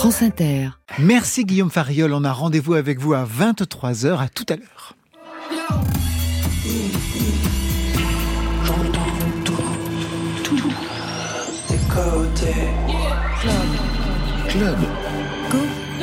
France Inter. Merci Guillaume Fariol, on a rendez-vous avec vous à 23h, à tout à l'heure. J'entends tout des côtés. Club. Go.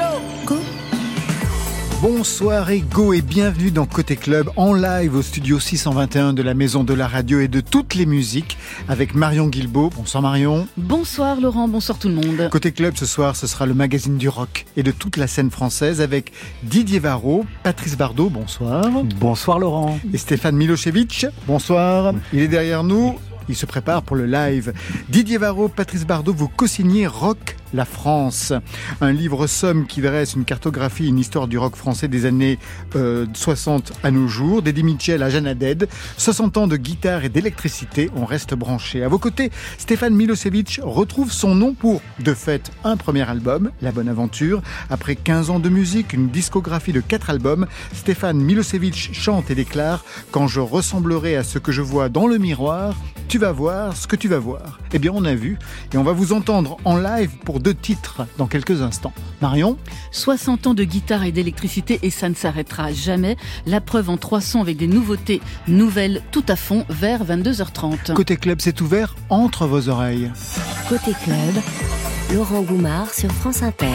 Bonsoir et go et bienvenue dans Côté Club en live au studio 621 de la Maison de la Radio et de toutes les musiques avec Marion Guilbault. Bonsoir Marion. Bonsoir Laurent, bonsoir tout le monde. Côté Club ce soir, ce sera le magazine du rock et de toute la scène française avec Didier Varro, Patrice Bardot, bonsoir. Bonsoir Laurent. Et Stéphane Milosevic, bonsoir. Il est derrière nous. Il se prépare pour le live. Didier Varro, Patrice Bardot, vous co-signez Rock la France, un livre somme qui dresse une cartographie, une histoire du rock français des années 60 à nos jours, d'Eddie Mitchell à Jeanne Haddad, 60 ans de guitare et d'électricité, on reste branché. À vos côtés, Stéphane Milosevic retrouve son nom pour, de fait, un premier album, La Bonne Aventure. Après 15 ans de musique, une discographie de 4 albums, Stéphane Milosevic chante et déclare « Quand je ressemblerai à ce que je vois dans le miroir, tu vas voir ce que tu vas voir ». Eh bien, on a vu, et on va vous entendre en live pour 2 titres dans quelques instants. Marion ? 60 ans de guitare et d'électricité et ça ne s'arrêtera jamais. La preuve en 3 sons avec des nouveautés nouvelles tout à fond vers 22h30. Côté Club, c'est ouvert entre vos oreilles. Côté Club, Laurent Goumard sur France Inter.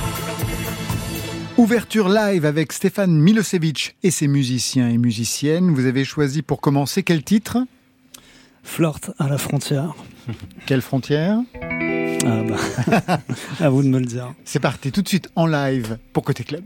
Ouverture live avec Stéphane Milosevic et ses musiciens et musiciennes. Vous avez choisi pour commencer quel titre ? Flirt à la frontière. Quelle frontière ? Ah bah, à vous de me le dire. C'est parti tout de suite en live pour Côté Club.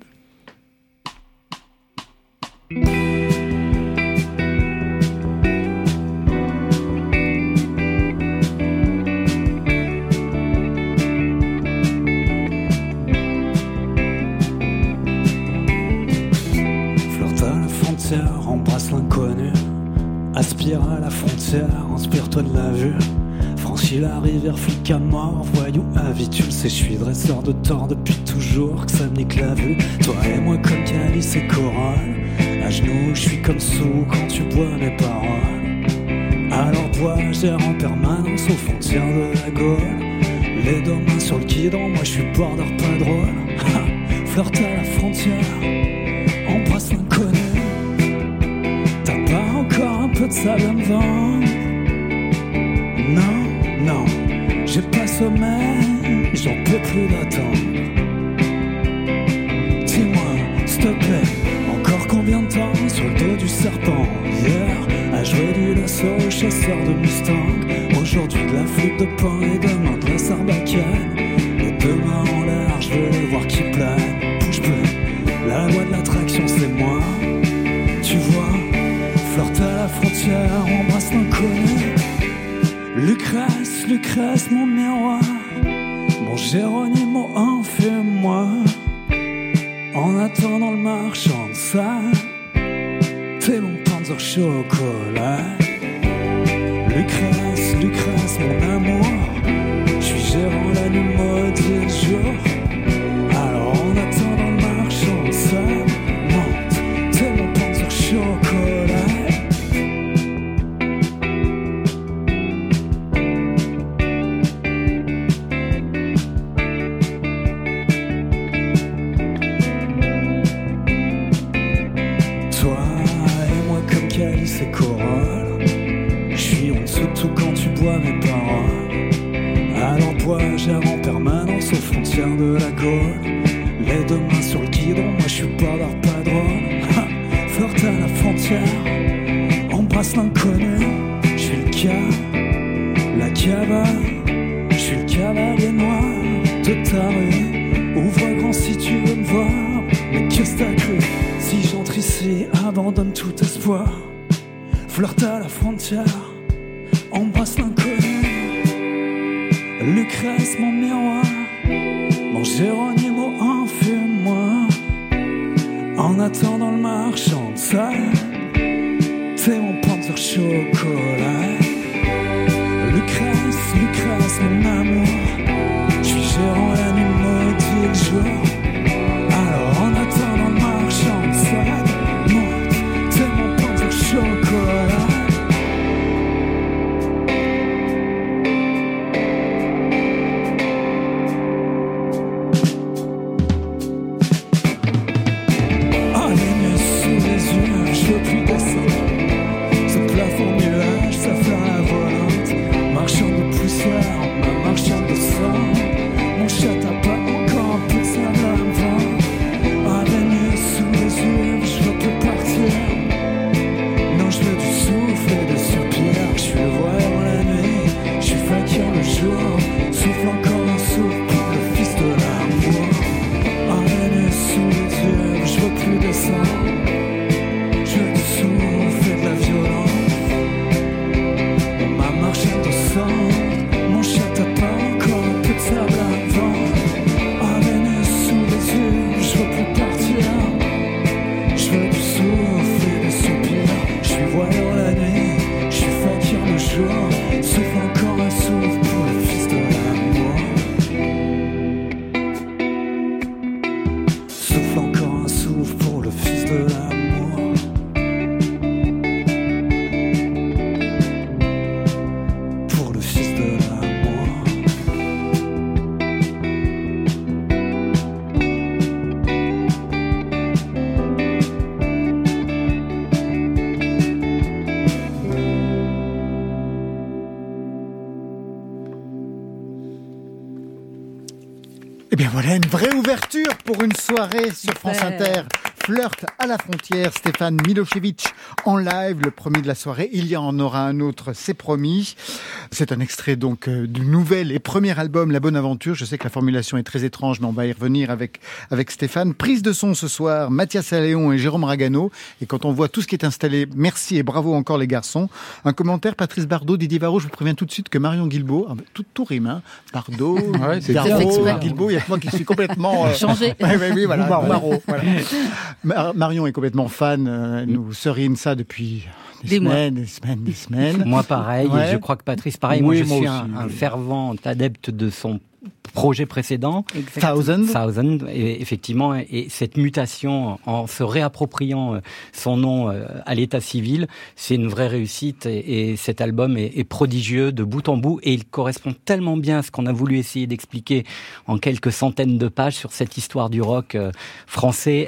Flirt à la frontière, embrasse l'inconnu. Aspire à la frontière, inspire-toi de la vue. Franchis la rivière, flic à mort, voyou à vie. Tu le sais, je suis dresseur de tort depuis toujours, que ça me nique la vue. Toi et moi comme Calice et Corolle, à genoux, je suis comme sous quand tu bois mes paroles. Alors bois, j'erre en permanence aux frontières de la Gaule. Les deux mains sur le guidon, moi je suis border pas drôle. Flirte à la frontière, embrasse l'inconnu. T'as pas encore un peu de sable à me vendre? Non, j'ai pas sommeil, j'en peux plus d'attendre. Dis-moi, s'il te plaît, encore combien de temps sur le dos du serpent? Hier, à jouer du lasso au chasseur de Mustang. Aujourd'hui, de la flûte de pain et demain de la sarbacane. Les deux mains en l'air, je veux les voir qui planent. Bouge plus, la loi de l'attraction c'est moi. Tu vois, flirte à la frontière, embrasse l'inconnu. Lucrèce, mon miroir, mon Géronimo, enfume-moi. En attendant le marchand de sable, t'es mon Panzer chocolat. Lucrèce, mon amour, je suis gérant la nuit, maudit le jour. Alors en attendant le marchand de sable, monte, t'es mon Panzer chocolat. De la Gaule, les deux mains sur le guidon, moi je suis pas drôle. Flirte à la frontière, embrasse l'inconnu. Je suis le cas, la cavale, je suis le cavalier noir de ta rue. Ouvre grand si tu veux me voir, mais qu'est-ce que t'as cru? Si j'entre ici, abandonne tout espoir. Flirte à la frontière, embrasse l'inconnu. Lucrèce, mon miroir, mon Géronimo, enfume-moi. En attendant le marchand de sable, t'es mon Panzer chocolat. Lucrèce, mon amour, je suis gérant la nuit, maudit le jour. Alors en attendant le marchand de sable, monte, t'es mon Panzer chocolat. Eh bien voilà, une vraie ouverture pour une soirée sur France Inter. Flirt à la frontière, Stéphane Milošević en live, le premier de la soirée. Il y en aura un autre, c'est promis. C'est un extrait donc du nouvel et premier album La Bonne Aventure. Je sais que la formulation est très étrange, mais on va y revenir avec Stéphane. Prise de son ce soir, Mathias Alléon et Jérôme Ragano. Et quand on voit tout ce qui est installé, merci et bravo encore les garçons. Un commentaire, Patrice Bardot, Didier Varro. Je vous préviens tout de suite que Marion Guilbault, tout rime, hein. Bardot, Varro, Guilbault, il y a que moi qui suis complètement changé. Oui, voilà. Varro, voilà. Marion est complètement fan, nous serine ça depuis des semaines. Moi pareil, Ouais. et je crois que Patrice pareil. Oui, moi je moi suis aussi, un fervent adepte de son projet précédent, Thousand. et effectivement, et cette mutation en se réappropriant son nom à l'état civil, c'est une vraie réussite, et cet album est prodigieux de bout en bout, et il correspond tellement bien à ce qu'on a voulu essayer d'expliquer en quelques centaines de pages sur cette histoire du rock français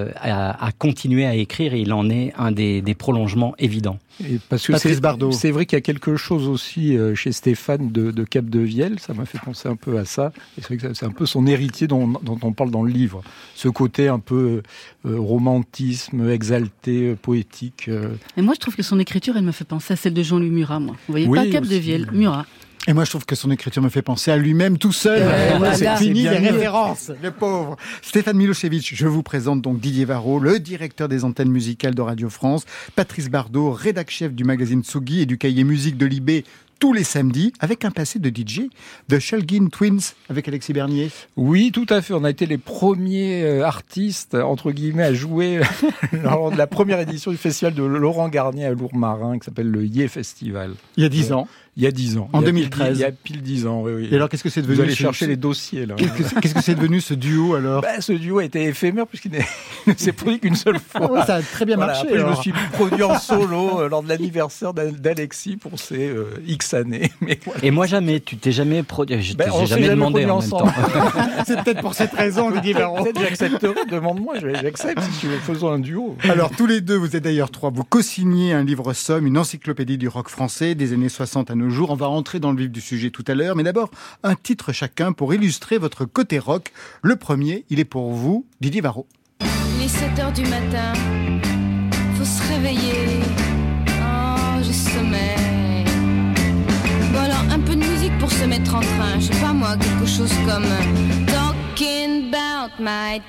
à continuer à écrire, et il en est un des prolongements évidents. Et parce que Patrice Bardot. C'est vrai qu'il y a quelque chose aussi chez Stéphane de Capdevielle, ça m'a fait penser un peu à ça. Et c'est vrai que c'est un peu son héritier dont on parle dans le livre. Ce côté un peu romantisme, exalté, poétique. Et moi, je trouve que son écriture, elle me fait penser à celle de Jean-Louis Murat, moi. Vous voyez, Oui, pas Capdevielle, Murat. Et moi, je trouve que son écriture me fait penser à lui-même tout seul. Voilà. C'est fini C'est les bien mieux. références, le pauvre. Stéphane Milošević, je vous présente donc Didier Varro, le directeur des antennes musicales de Radio France, Patrice Bardot, rédac-chef du magazine Tsugi et du cahier musique de Libé, tous les samedis, avec un passé de DJ, The Shulgin Twins, avec Alexis Bernier. Oui, tout à fait. On a été les premiers artistes, entre guillemets, à jouer lors de la première édition du festival de Laurent Garnier à Lourmarin, qui s'appelle le Yé Festival. Il y a 10 ans. Il y a 10 ans. En Il y a 2013. Il y a pile 10 ans, oui. Et alors, qu'est-ce que c'est devenu Vous allez ce- chercher les dossiers, là. Qu'est-ce que c'est devenu ce duo alors? Ce duo a été éphémère puisqu'il ne s'est produit qu'une seule fois. Oh, ça a très bien Voilà, marché. après, je me alors. suis produit en solo lors de l'anniversaire d'Alexis pour ses X années. Mais voilà. Et moi jamais, tu t'es jamais produit, je t'ai On s'est jamais demandé produit en même ensemble. temps. C'est peut-être pour cette raison, Didier Varro. Peut-être j'accepterai, demande-moi, j'accepte si tu veux, faisons un duo. Alors, tous les deux, vous êtes d'ailleurs trois, vous co-signez un livre somme, une encyclopédie du rock français des années 60 à nos jours. On va rentrer dans le vif du sujet tout à l'heure, mais d'abord, un titre chacun pour illustrer votre côté rock. Le premier, il est pour vous, Didier Varro. Il est 7h du matin, faut se réveiller. Oh, j'ai sommeil. Bon alors, un peu de musique pour se mettre en train. Je sais pas moi, quelque chose comme Talking about my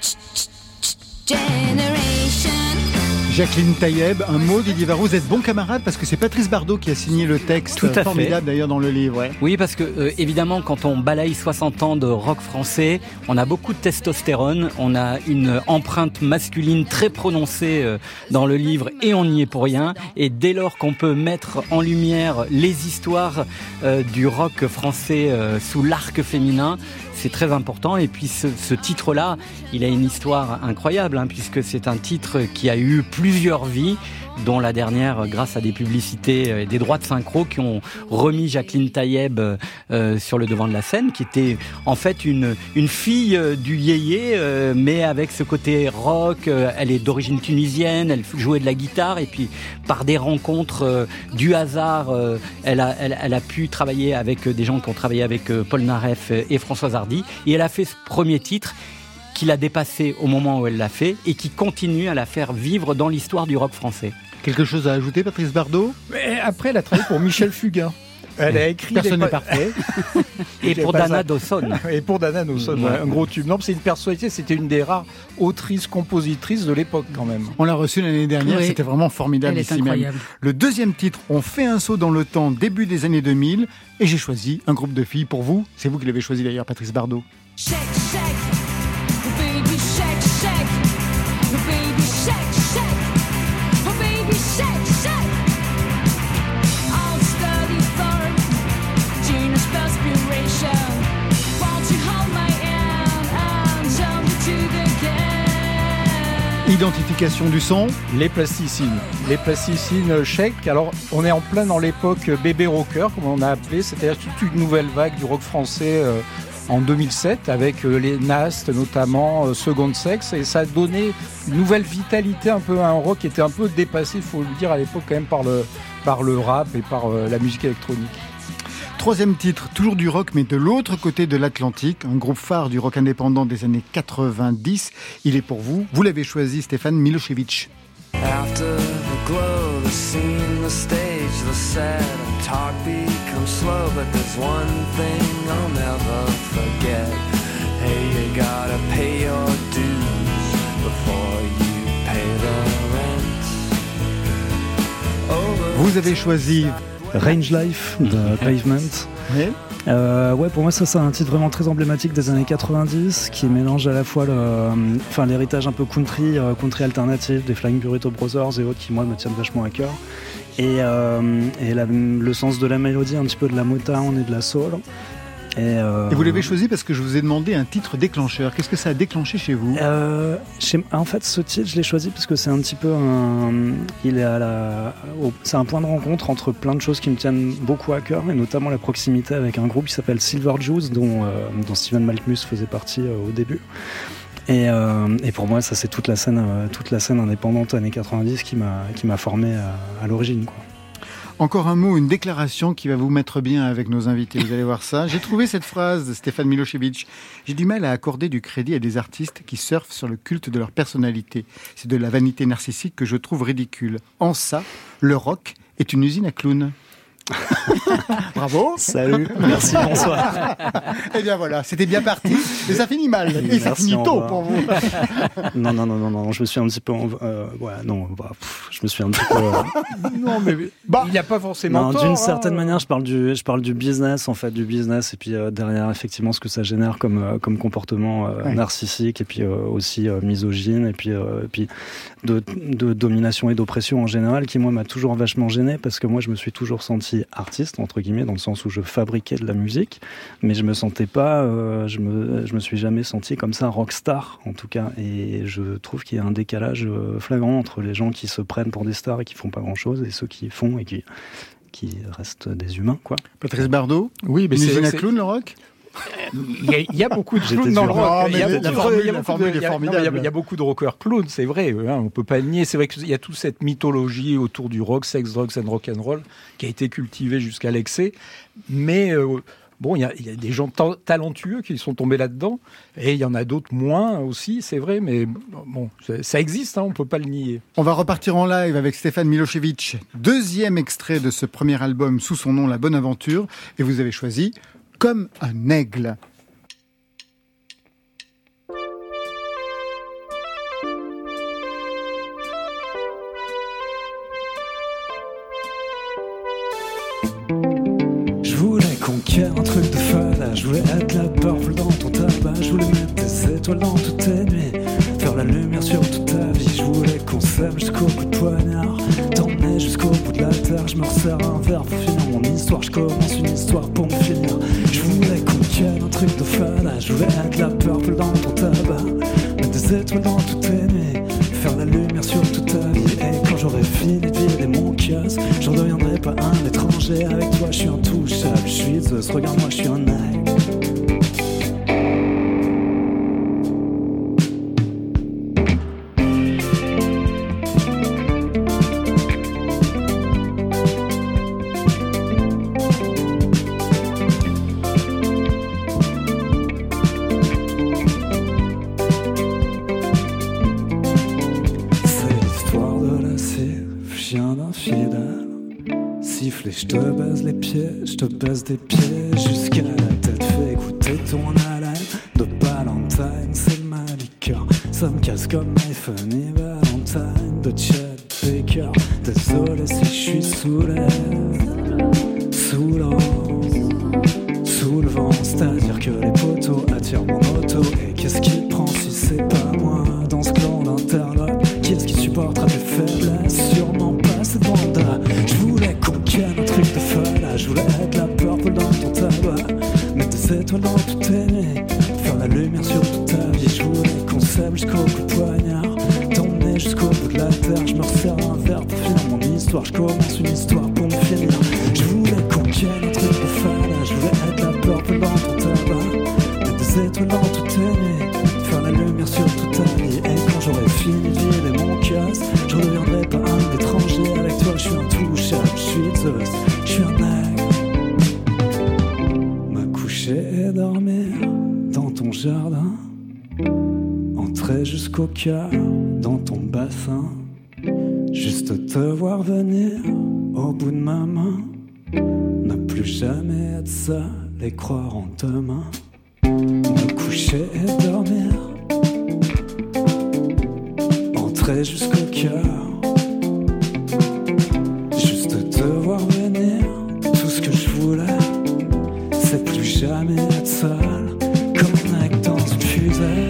generation. Jacqueline Taïeb, un mot, Didier Varro, vous êtes bon camarade parce que c'est Patrice Bardot qui a signé le texte. Tout à fait. Formidable d'ailleurs dans le livre. Ouais. Oui, parce que évidemment, quand on balaye 60 ans de rock français, on a beaucoup de testostérone, on a une empreinte masculine très prononcée dans le livre, et on n'y est pour rien. Et dès lors qu'on peut mettre en lumière les histoires du rock français sous l'arc féminin, c'est très important. Et puis ce titre-là, il a une histoire incroyable, hein, puisque c'est un titre qui a eu plusieurs vies, dont la dernière grâce à des publicités, des droits de synchro qui ont remis Jacqueline Taïeb sur le devant de la scène, qui était en fait une fille du yéyé, mais avec ce côté rock. Elle est d'origine tunisienne, elle jouait de la guitare, et puis par des rencontres du hasard, elle a pu travailler avec des gens qui ont travaillé avec Paul Naref et Françoise Hardy, et elle a fait ce premier titre qui l'a dépassé au moment où elle l'a fait et qui continue à la faire vivre dans l'histoire du rock français. Quelque chose à ajouter, Patrice Bardot? Mais après, elle a travaillé pour Michel Fugain. Elle a écrit Personne n'est parfait. Et pour Dana Dawson. Et pour Dana Dawson, Ouais. un gros tube. Non, c'est une personnalité, c'était une des rares autrices-compositrices de l'époque quand même. On l'a reçu l'année dernière, Oui. c'était vraiment formidable Elle est ici même. incroyable. Le deuxième titre, on fait un saut dans le temps, début des années 2000, et j'ai choisi un groupe de filles pour vous. C'est vous qui l'avez choisi d'ailleurs, Patrice Bardot. Shake, shake, oh baby, shake, shake, oh baby, shake, shake, oh baby, shake, shake. I'll study for genius perspiration. Won't you hold my hand and jump to the game? Identification du son. Les plasticines chèques. Alors, on est en plein dans l'époque bébé rocker, comme on a appelé, c'est-à-dire toute une nouvelle vague du rock français en 2007, avec les Nast, notamment Second Sex, et ça a donné une nouvelle vitalité un peu à un rock qui était un peu dépassé, il faut le dire, à l'époque quand même par le rap et par la musique électronique. Troisième titre, toujours du rock, mais de l'autre côté de l'Atlantique, un groupe phare du rock indépendant des années 90. Il est pour vous. Vous l'avez choisi, Stefan Milošević. After the glow, the scene, the stage, the set, talk becomes slow, but there's one thing I'll never forget. Hey, you gotta pay your dues before you pay the rent. Vous avez choisi Range Life de Pavement. Oui. Ouais, pour moi ça c'est un titre vraiment très emblématique des années 90 qui mélange à la fois l'héritage un peu country alternatif des Flying Burrito Brothers et autres qui moi me tiennent vachement à cœur et le sens de la mélodie, un petit peu de la Motown et de la soul. Et vous l'avez choisi parce que je vous ai demandé un titre déclencheur. Qu'est-ce que ça a déclenché chez vous ? En fait, ce titre, je l'ai choisi parce que c'est un petit peu c'est un point de rencontre entre plein de choses qui me tiennent beaucoup à cœur, et notamment la proximité avec un groupe qui s'appelle Silver Jews, dont Stephen Malkmus faisait partie au début. Et pour moi, ça c'est toute la scène indépendante années 90 qui m'a formé à l'origine, quoi. Encore un mot, une déclaration qui va vous mettre bien avec nos invités. Vous allez voir ça. J'ai trouvé cette phrase de Stefan Milošević. J'ai du mal à accorder du crédit à des artistes qui surfent sur le culte de leur personnalité. C'est de la vanité narcissique que je trouve ridicule. En ça, le rock est une usine à clowns. Bravo. Salut, merci, bonsoir. Eh bien voilà, c'était bien parti, mais ça finit mal. Et ça finit tôt pour vous. Non, je me suis un petit peu... je me suis un petit peu... Non, mais il n'y a pas forcément tort. D'une certaine manière, je parle du business, en fait, du business, et puis derrière, effectivement, ce que ça génère comme comportement narcissique, et puis aussi misogyne, et puis de domination et d'oppression en général, qui, moi, m'a toujours vachement gêné, parce que moi, je me suis toujours senti artiste, entre guillemets, dans le sens où je fabriquais de la musique, mais je me sentais pas, je me suis jamais senti comme ça rockstar, en tout cas, et je trouve qu'il y a un décalage flagrant entre les gens qui se prennent pour des stars et qui font pas grand chose, et ceux qui font et qui restent des humains, quoi. Patrice Bardot, oui, mais une usine à clowns, le rock. Il y a beaucoup de clowns dans le rock. Il y a beaucoup de rockers clowns, c'est vrai. On peut pas le nier. C'est vrai qu'il y a toute cette mythologie autour du rock, sex, drugs and rock'n'roll, qui a été cultivée jusqu'à l'excès. Mais il y a des gens talentueux qui sont tombés là-dedans, et il y en a d'autres moins aussi, c'est vrai. Mais bon, ça existe, on peut pas le nier. On va repartir en live avec Stefan Milošević. Deuxième extrait de ce premier album sous son nom La Bonne Aventure, et vous avez choisi Comme un aigle. Je voulais conquérir un truc de folle, je voulais être la purple dans ton tabac, je voulais mettre des étoiles dans toutes tes nuits, faire la lumière sur toute ta vie, je voulais qu'on s'aime jusqu'au coup de poignard, t'emmener jusqu'au bout de la terre, je me resserre un verre pour finir mon histoire, je commence une histoire pour me finir. Je voulais conquérir un truc de folle, je voulais être la purple dans ton tabac, mettre des étoiles dans toutes tes nuits, faire la lumière sur toute ta vie, et quand j'aurai fini de vider mon kiosque, je ne redeviendrai pas un étranger, avec toi je suis intouchable, je suis Zeus, regarde-moi je suis un aigle. Je te baise les pieds, je te baise des pieds jusqu'à la tête, fais écouter ton haleine de Valentine, c'est ma liqueur, ça me casse comme iPhone et Valentine de Chet Baker. Désolé si je suis saoulé, sous l'eau, sous le vent, c'est-à-dire que les poteaux attirent mon auto, et qu'est-ce qui prend si c'est pas moi dans ce clan d'interlope? Qui est-ce qui supportera tes faiblesses? Sûrement pas cette bande-là. Je voulais conquérir un truc de folle, je voulais être la purple dans ton tabac, mettre des étoiles dans toutes tes nuits, faire la lumière sur toute ta vie. Je voulais qu'on s'aime jusqu'au coup de poignard, t'emmener jusqu'au bout de la terre, je me resserre un verre pour finir mon histoire, je commence une histoire pour me finir. Je voulais conquérir un truc de folle, je voulais être la purple dans ton tabac, mettre des étoiles dans toutes tes nuits, faire la lumière sur toute ta vie, et quand j'aurai fini de vider mon kiosque, je ne redeviendrai pas un étranger, avec toi je suis intouchable, je suis Zeus, je suis un aigle. jardin, entrer jusqu'au cœur dans ton bassin, juste te voir venir au bout de ma main, ne plus jamais être seul et croire en demain, me coucher et dormir, entrer jusqu'au cœur, juste te voir venir, tout ce que je voulais, c'est plus jamais être seul, comme un mec dans une fusée.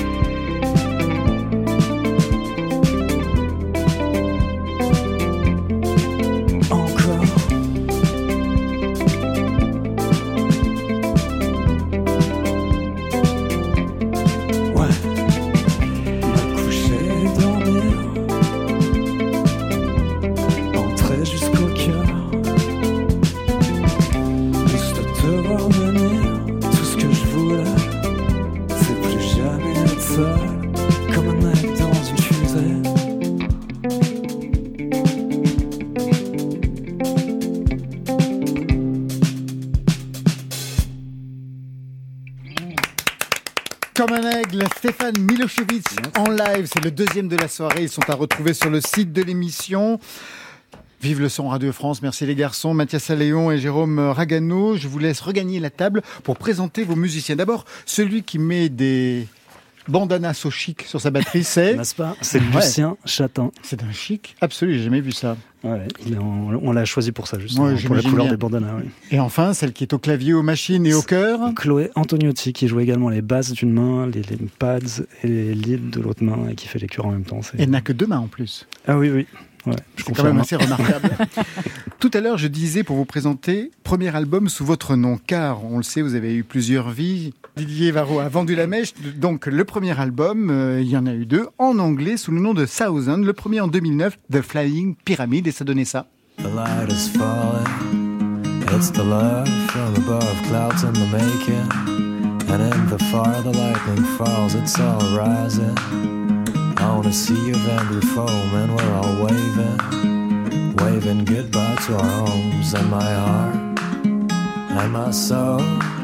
Comme un aigle, Stéphane Milošević en live, c'est le deuxième de la soirée, ils sont à retrouver sur le site de l'émission. Vive le son Radio France, merci les garçons, Mathias Alléon et Jérôme Ragano. Je vous laisse regagner la table pour présenter vos musiciens. D'abord, celui qui met des bandanas au chic sur sa batterie, c'est... N'est-ce pas ? C'est Lucien Chatin. C'est un chic absolu, j'ai jamais vu ça. Ouais, on l'a choisi pour ça, justement, ouais, pour la couleur bien des bandanas. Oui. Et enfin, celle qui est au clavier, aux machines et au cœur. Chloé Antoniotti, qui joue également les basses d'une main, les pads et les leads de l'autre main, et qui fait les chœurs en même temps. Elle n'a que deux mains en plus. Ah oui, oui. Ouais, c'est quand même assez remarquable. Tout à l'heure, je disais pour vous présenter, premier album sous votre nom, car on le sait, vous avez eu plusieurs vies. Didier Varro a vendu la mèche, donc le premier album, il y en a eu deux, en anglais sous le nom de Thousand, le premier en 2009, The Flying Pyramid, et ça donnait ça. The light is falling, it's the love from above, clouds in the making, and in the fire the lightning falls, it's all rising. I wanna see you Vander foam and we're all waving, waving goodbye to our homes, and my heart and my soul,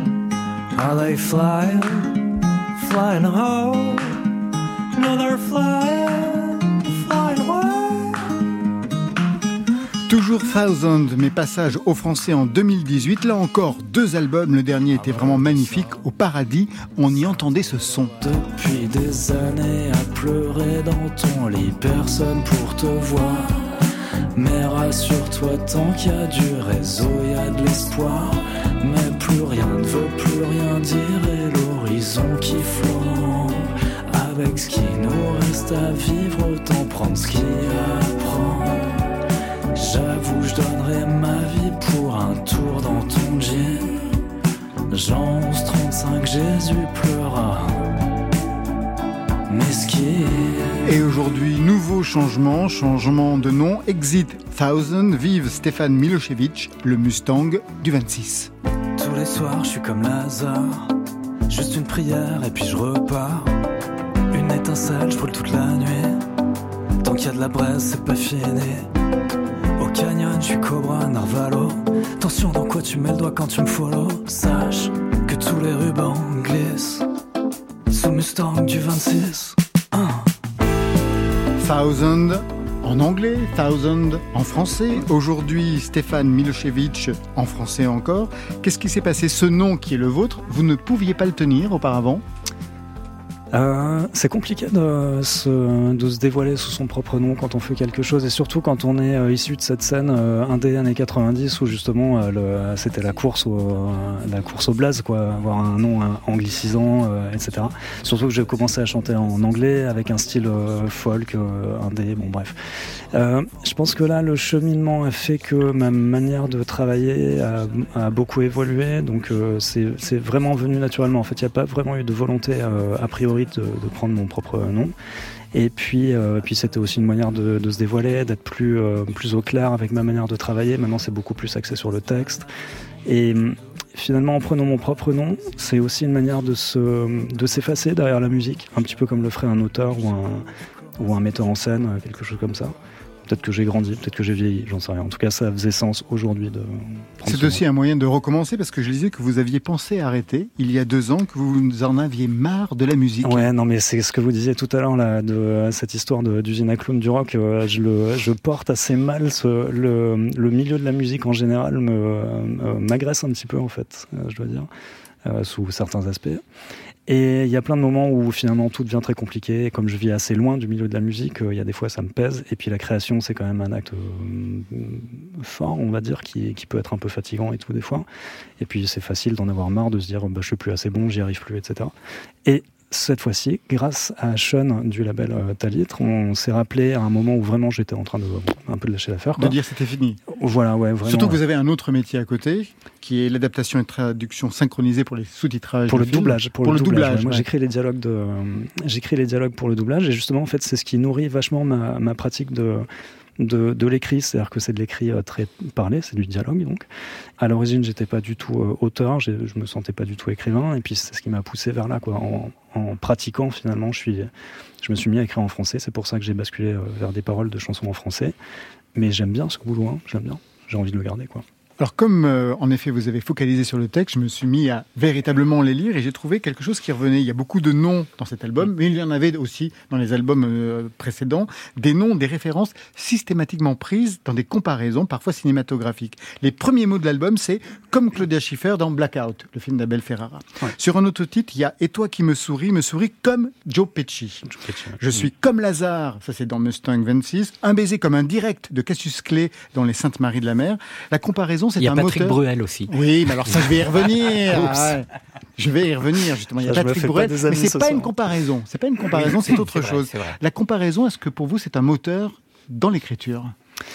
are they flying, flying home? No, they're flying, flying away. Toujours Thousand, mais passage au français en 2018. Là encore, deux albums. Le dernier était vraiment magnifique. Au paradis, on y entendait ce son. Depuis des années à pleurer dans ton lit, personne pour te voir. Mais rassure-toi, tant qu'il y a du réseau, il y a de l'espoir. Mais plus rien ne veut plus rien dire, et l'horizon qui flambe. Avec ce qui nous reste à vivre, autant prendre ce qu'il y a à prendre. J'avoue, je donnerais ma vie pour un tour dans ton jean. Jean 11:35, Jésus pleura. Mesquine. Et aujourd'hui, nouveau changement de nom. Exit Thousand, vive Stéphane Milošević, le Mustang du 26. Tous les soirs, je suis comme Lazare. Juste une prière et puis je repars. Une étincelle, je brûle toute la nuit. Tant qu'il y a de la braise, c'est pas fini. Au canyon, je suis Cobra Narvalo. Attention dans quoi tu mets le doigt quand tu me follow. Sache que tous les rubans glissent sous Mustang du 26. Thousand en anglais, Thousand en français. Aujourd'hui, Stéphane Milošević en français encore. Qu'est-ce qui s'est passé? Ce nom qui est le vôtre, vous ne pouviez pas le tenir auparavant? C'est compliqué de se dévoiler sous son propre nom quand on fait quelque chose, et surtout quand on est issu de cette scène indé années 90 où justement c'était la course au blaze, quoi, avoir un nom anglicisant, etc. Surtout que j'ai commencé à chanter en anglais avec un style folk, indé, bon bref. Je pense que là le cheminement a fait que ma manière de travailler a beaucoup évolué, donc c'est vraiment venu naturellement. En fait, il n'y a pas vraiment eu de volonté a priori de prendre mon propre nom. Et puis c'était aussi une manière de se dévoiler, d'être plus au clair avec ma manière de travailler. Maintenant, c'est beaucoup plus axé sur le texte. Et finalement, en prenant mon propre nom, c'est aussi une manière de s'effacer derrière la musique, un petit peu comme le ferait un auteur ou un metteur en scène, quelque chose comme ça. Peut-être que j'ai grandi, peut-être que j'ai vieilli, j'en sais rien. En tout cas, ça faisait sens aujourd'hui de prendre C'est aussi un moyen de recommencer, parce que je lisais que vous aviez pensé arrêter il y a 2 ans, que vous en aviez marre de la musique. Ouais, non, mais c'est ce que vous disiez tout à l'heure, là, de cette histoire d'usine à clown du rock. Je porte assez mal le milieu de la musique en général m'agresse un petit peu, en fait, je dois dire, sous certains aspects. Et il y a plein de moments où finalement tout devient très compliqué. Et comme je vis assez loin du milieu de la musique, il y a des fois ça me pèse. Et puis la création, c'est quand même un acte fort, on va dire, qui peut être un peu fatigant et tout des fois. Et puis c'est facile d'en avoir marre, de se dire je suis plus assez bon, j'y arrive plus, etc. Et cette fois-ci, grâce à Sean du label Talitre, on s'est rappelé à un moment où vraiment j'étais en train de un peu de lâcher l'affaire. De dire c'était fini. Voilà, ouais, vraiment. Surtout que vous avez un autre métier à côté, qui est l'adaptation et traduction synchronisée pour les sous-titrages. Pour le doublage. Pour le doublage. Ouais. Moi, ouais. j'écris les dialogues pour le doublage, et justement, en fait, c'est ce qui nourrit vachement ma pratique de l'écrit, c'est-à-dire que c'est de l'écrit très parlé, c'est du dialogue donc. À l'origine, j'étais pas du tout auteur, je me sentais pas du tout écrivain, et puis c'est ce qui m'a poussé vers là, quoi. En pratiquant, finalement, je me suis mis à écrire en français. C'est pour ça que j'ai basculé vers des paroles de chansons en français. Mais j'aime bien ce boulot, hein. J'aime bien. J'ai envie de le garder, quoi. Alors comme en effet vous avez focalisé sur le texte, je me suis mis à véritablement les lire et j'ai trouvé quelque chose qui revenait. Il y a beaucoup de noms dans cet album, mais il y en avait aussi dans les albums précédents, des noms, des références systématiquement prises dans des comparaisons, parfois cinématographiques. Les premiers mots de l'album, c'est « Comme Claudia Schiffer dans Blackout », le film d'Abel Ferrara. Ouais. Sur un autre titre, il y a « Et toi qui me souris comme Joe Pesci ». Je suis comme Lazare, ça c'est dans Mustang 26, un baiser comme un direct de Cassius Clay dans Les Saintes Maries de la Mer. La comparaison, c'est un moteur. Il y a Patrick Bruel aussi. Oui, mais alors ça, je vais y revenir. Je vais y revenir, justement. Il y a Patrick Bruel, mais c'est pas une comparaison. C'est pas une comparaison, c'est autre chose. C'est vrai. La comparaison, est-ce que pour vous, c'est un moteur dans l'écriture ?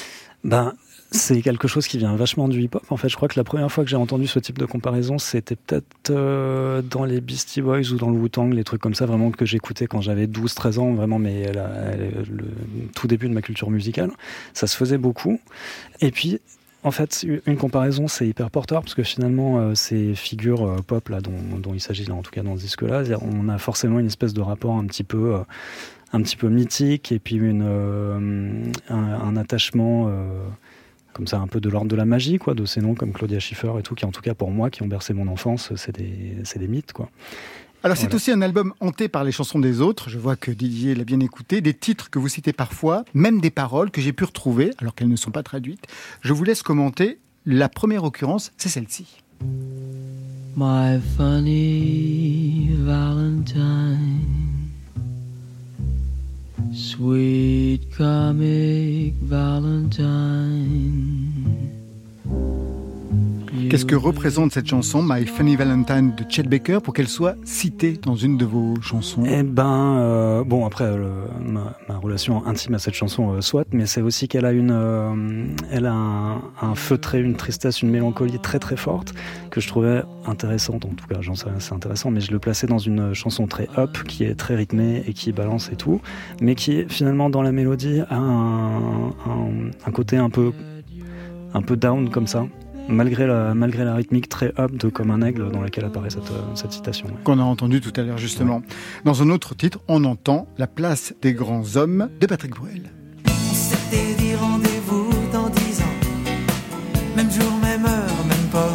C'est quelque chose qui vient vachement du hip-hop. En fait, je crois que la première fois que j'ai entendu ce type de comparaison, c'était peut-être dans les Beastie Boys ou dans le Wu-Tang, les trucs comme ça, vraiment que j'écoutais quand j'avais 12-13 ans, vraiment, mais le tout début de ma culture musicale. Ça se faisait beaucoup. Et puis, en fait, une comparaison, c'est hyper porteur, parce que finalement, ces figures pop là, dont il s'agit, là, en tout cas dans ce disque-là, on a forcément une espèce de rapport un petit peu mythique, et puis un attachement comme ça, un peu de l'ordre de la magie, quoi, de ces noms comme Claudia Schiffer et tout, qui en tout cas pour moi, qui ont bercé mon enfance, c'est des mythes, quoi. Alors c'est aussi un album hanté par les chansons des autres, je vois que Didier l'a bien écouté, des titres que vous citez parfois, même des paroles que j'ai pu retrouver, alors qu'elles ne sont pas traduites. Je vous laisse commenter. La première occurrence, c'est celle-ci. My funny Valentine, sweet comic Valentine. Qu'est-ce que représente cette chanson, My Funny Valentine de Chet Baker, pour qu'elle soit citée dans une de vos chansons ? Eh ben, bon, après, ma relation intime à cette chanson, soit, mais c'est aussi qu'elle a elle a un feutré, une tristesse, une mélancolie très très forte, que je trouvais intéressante, en tout cas, j'en sais rien, c'est intéressant, mais je le plaçais dans une chanson très up, qui est très rythmée et qui balance et tout, mais qui, finalement, dans la mélodie, a un côté un peu down, comme ça. Malgré la rythmique très up de Comme un aigle dans laquelle apparaît cette citation. Ouais. Qu'on a entendu tout à l'heure justement. Ouais. Dans un autre titre, on entend La place des grands hommes de Patrick Bruel. On s'était dit rendez-vous dans 10 ans, même jour, même heure, même pas.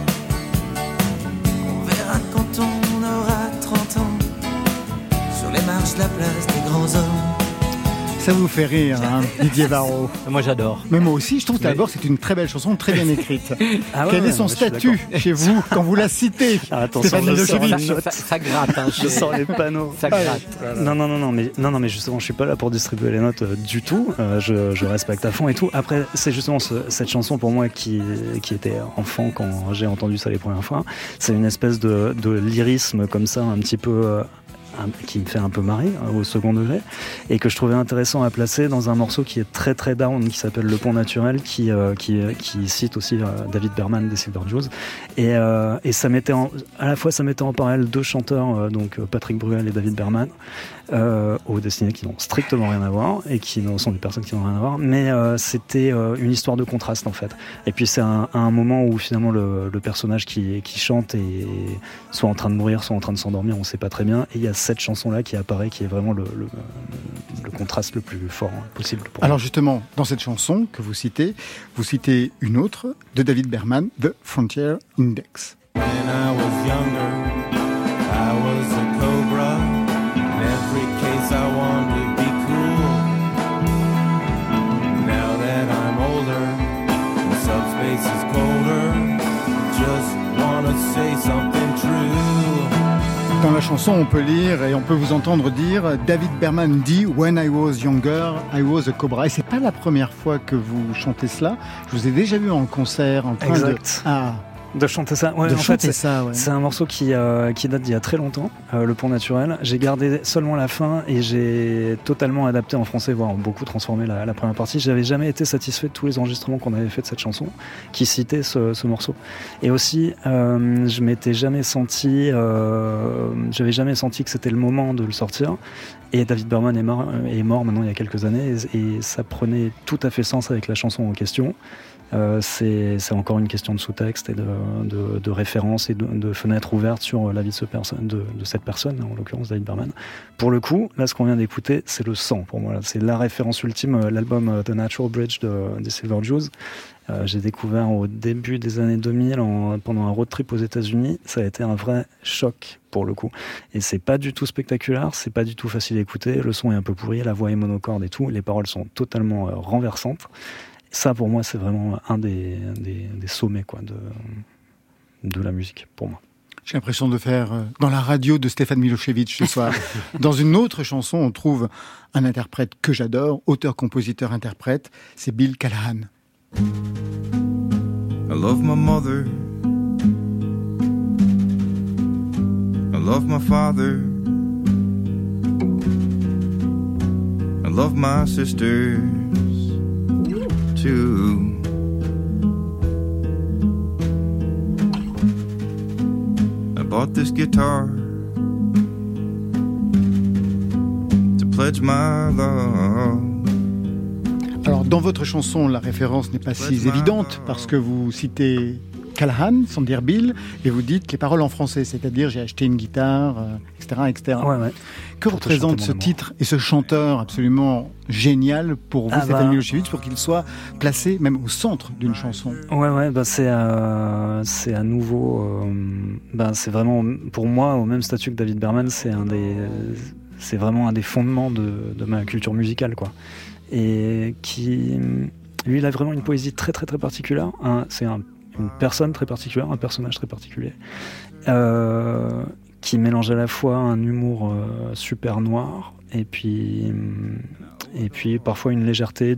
On verra quand on aura 30 ans, sur les marches de la place des grands hommes. Ça vous fait rire, hein, Didier Varro? Moi, j'adore. Mais moi aussi, je trouve d'abord c'est une très belle chanson, très bien écrite. Ah ouais, Quel est son statut chez vous quand vous la citez? Attention, ça gratte. Hein, je sens les panneaux. Ça gratte. Non, mais justement, je suis pas là pour distribuer les notes du tout. Je respecte à fond et tout. Après, c'est justement cette chanson pour moi qui était enfant quand j'ai entendu ça les premières fois. C'est une espèce de lyrisme comme ça, un petit peu. Qui me fait un peu marrer au second degré et que je trouvais intéressant à placer dans un morceau qui est très très down, qui s'appelle Le Pont Naturel, qui cite aussi David Berman des Silver Jews et ça mettait à la fois ça mettait en parallèle deux chanteurs, donc Patrick Bruel et David Berman, aux destinées qui n'ont strictement rien à voir et qui sont des personnes qui n'ont rien à voir, mais c'était une histoire de contraste en fait. Et puis c'est un moment où finalement le personnage qui chante est soit en train de mourir, soit en train de s'endormir, on sait pas très bien, et il y a cette chanson là qui apparaît, qui est vraiment le contraste le plus fort possible. Alors justement, dans cette chanson que vous citez une autre de David Berman, The Frontier Index. When I was younger, I was a cobra. In every case I wanted to be cool. Now that I'm older, and subspace is colder, just wanna say something true. Dans la chanson, on peut lire et on peut vous entendre dire David Berman dit When I was younger, I was a cobra. Et c'est pas la première fois que vous chantez cela. Je vous ai déjà vu en concert en train de chanter ça. Ouais, c'est un morceau qui date d'il y a très longtemps, Le Pont Naturel. J'ai gardé seulement la fin et j'ai totalement adapté en français, voire beaucoup transformé la première partie. J'avais jamais été satisfait de tous les enregistrements qu'on avait fait de cette chanson, qui citait ce morceau. Et aussi, je m'étais jamais senti, j'avais jamais senti que c'était le moment de le sortir. Et David Berman est mort maintenant il y a quelques années et ça prenait tout à fait sens avec la chanson en question. C'est encore une question de sous-texte et de référence et de fenêtre ouverte sur la vie de cette personne, en l'occurrence David Berman. Pour le coup, là, ce qu'on vient d'écouter, c'est le sang pour moi. C'est la référence ultime, l'album The Natural Bridge des Silver Jews. J'ai découvert au début des années 2000 pendant un road trip aux États-Unis. Ça a été un vrai choc pour le coup. Et c'est pas du tout spectaculaire, c'est pas du tout facile à écouter. Le son est un peu pourri, la voix est monocorde et tout. Les paroles sont totalement renversantes. Ça, pour moi, c'est vraiment un des sommets quoi, de la musique, pour moi. J'ai l'impression de faire dans la radio de Stéphane Milošević ce soir. Dans une autre chanson, on trouve un interprète que j'adore, auteur-compositeur-interprète, c'est Bill Callahan. I love my mother. I love my father. I love my sisters too. I bought this guitar to pledge my love. Alors, dans votre chanson, la référence n'est pas si évidente parce que vous citez Callahan, sans dire Bill, et vous dites les paroles en français, c'est-à-dire j'ai acheté une guitare, etc., etc. Ouais. Que représente ce titre et ce chanteur absolument génial pour vous, Stéphane Milošević, pour qu'il soit placé même au centre d'une chanson? C'est à nouveau, c'est vraiment pour moi au même statut que David Berman, c'est vraiment un des fondements de ma culture musicale, quoi. Et lui, il a vraiment une poésie très très très particulière. C'est une personne très particulière, un personnage très particulier, qui mélange à la fois un humour super noir et puis parfois une légèreté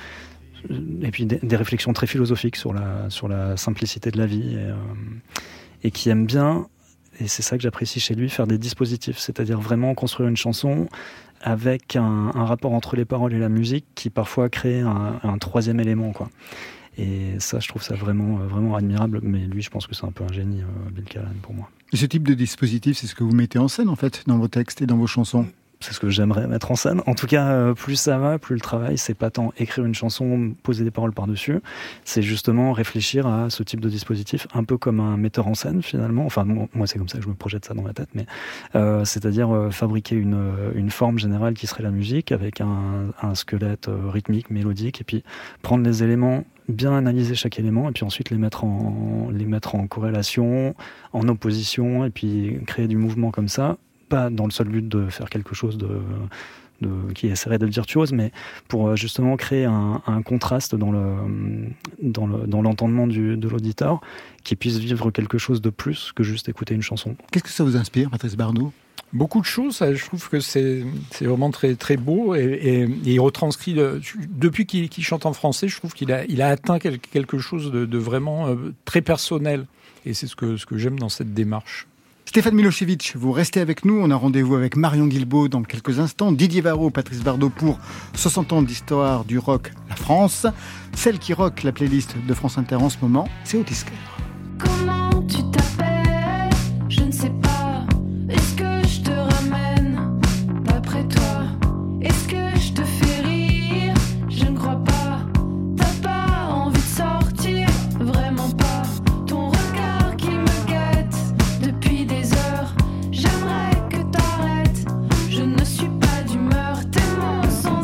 et puis des réflexions très philosophiques sur la simplicité de la vie et qui aime bien, et c'est ça que j'apprécie chez lui, faire des dispositifs, c'est-à-dire vraiment construire une chanson avec un rapport entre les paroles et la musique qui parfois crée un troisième élément, quoi. Et ça, je trouve ça vraiment, vraiment admirable. Mais lui, je pense que c'est un peu un génie, Bill Callahan, pour moi. Et ce type de dispositif, c'est ce que vous mettez en scène, en fait, dans vos textes et dans vos chansons? C'est ce que j'aimerais mettre en scène. En tout cas, plus ça va, plus le travail, c'est pas tant écrire une chanson, poser des paroles par-dessus, c'est justement réfléchir à ce type de dispositif, un peu comme un metteur en scène, finalement. Enfin, moi, c'est comme ça que je me projette ça dans ma tête, mais c'est-à-dire fabriquer une forme générale qui serait la musique, avec un squelette rythmique, mélodique, et puis prendre les éléments, bien analyser chaque élément, et puis ensuite les mettre en corrélation, en opposition, et puis créer du mouvement comme ça. Pas dans le seul but de faire quelque chose qui essaierait d'être virtuose, mais pour justement créer un contraste dans l'entendement de l'auditeur, qui puisse vivre quelque chose de plus que juste écouter une chanson. Qu'est-ce que ça vous inspire, Patrice Bardot? Beaucoup de choses, je trouve que c'est vraiment très, très beau et il retranscrit, depuis qu'il chante en français, je trouve qu'il a atteint quelque chose de vraiment très personnel, et c'est ce que j'aime dans cette démarche. Stéphane Milošević, vous restez avec nous. On a rendez-vous avec Marion Guilbault dans quelques instants. Didier Varro, Patrice Bardot pour 60 ans d'histoire du rock, la France. Celle qui rock la playlist de France Inter en ce moment, c'est Otis Kerr. Comment tu t'appelles? Je ne sais pas. Est-ce que je te ramène d'après toi? Est-ce que je te fais rire? Je ne crois pas. T'as pas envie de sortir? Vraiment pas. Ton regard qui me guette depuis des heures. J'aimerais que t'arrêtes. Je ne suis pas d'humeur. Tes mots sont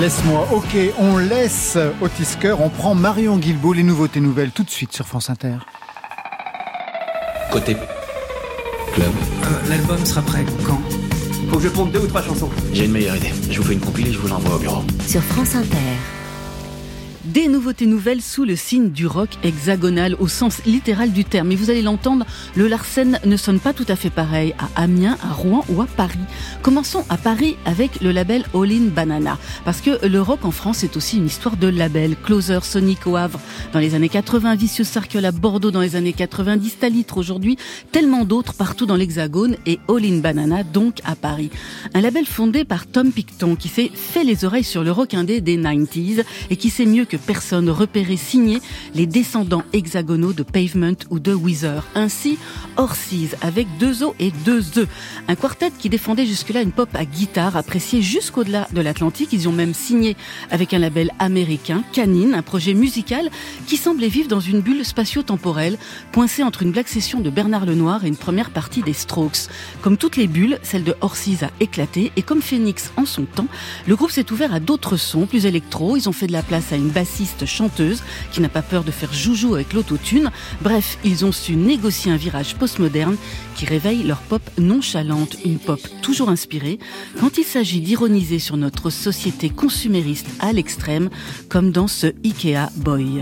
Laisse-moi, ok, on laisse Otis Kerr, on prend Marion Guilbault, les nouveautés nouvelles tout de suite sur France Inter. Côté club. L'album sera prêt quand ? Faut que je pompe 2 ou 3 chansons. J'ai une meilleure idée. Je vous fais une compilée, je vous l'envoie au bureau. Sur France Inter. Des nouveautés nouvelles sous le signe du rock hexagonal au sens littéral du terme. Et vous allez l'entendre, le Larsen ne sonne pas tout à fait pareil à Amiens, à Rouen ou à Paris. Commençons à Paris avec le label All In Banana. Parce que le rock en France est aussi une histoire de label. Closer, Sonic au Havre dans les années 80, Vicious Circle à Bordeaux dans les années 90, Talitre aujourd'hui, tellement d'autres partout dans l'Hexagone et All In Banana donc à Paris. Un label fondé par Tom Picton qui s'est fait les oreilles sur le rock indé des 90s et qui sait mieux que personne repéré, signé les descendants hexagonaux de Pavement ou de Weezer. Ainsi, Horses avec 2 O et 2 E. Un quartet qui défendait jusque-là une pop à guitare appréciée jusqu'au-delà de l'Atlantique. Ils ont même signé avec un label américain, Canine, un projet musical qui semblait vivre dans une bulle spatio-temporelle, coincée entre une black session de Bernard Lenoir et une première partie des Strokes. Comme toutes les bulles, celle de Horses a éclaté et comme Phoenix en son temps, le groupe s'est ouvert à d'autres sons plus électro. Ils ont fait de la place à une bassiste chanteuse qui n'a pas peur de faire joujou avec l'autotune. Bref, ils ont su négocier un virage postmoderne qui réveille leur pop nonchalante, une pop toujours inspirée quand il s'agit d'ironiser sur notre société consumériste à l'extrême, comme dans ce Ikea Boy.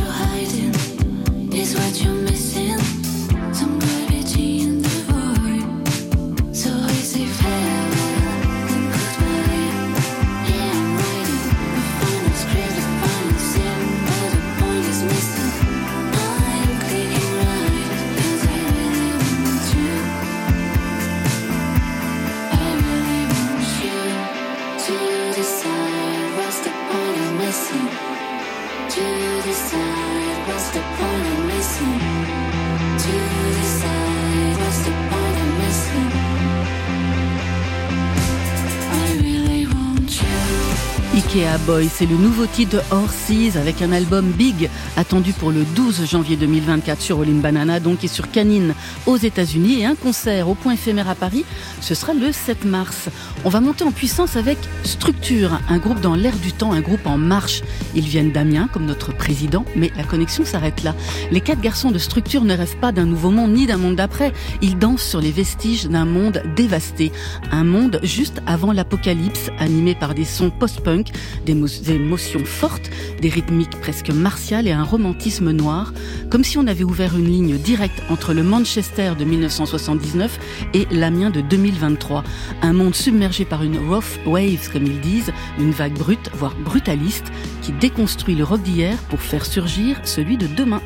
Ikea Boy, c'est le nouveau titre de Horses avec un album Big attendu pour le 12 janvier 2024 sur All In Banana donc et sur Canine aux États-Unis et un concert au Point Éphémère à Paris, ce sera le 7 mars. On va monter en puissance avec Structure, un groupe dans l'air du temps, un groupe en marche. Ils viennent d'Amiens comme notre président, mais la connexion s'arrête là. Les 4 garçons de Structure ne rêvent pas d'un nouveau monde ni d'un monde d'après. Ils dansent sur les vestiges d'un monde dévasté, un monde juste avant l'apocalypse, animé par des sons post-punk, des émotions fortes, des rythmiques presque martiales et un romantisme noir, comme si on avait ouvert une ligne directe entre le Manchester de 1979 et l'Amiens de 2023. Un monde submergé par une rough wave, comme ils disent, une vague brute, voire brutaliste, qui déconstruit le rock d'hier pour faire surgir celui de demain.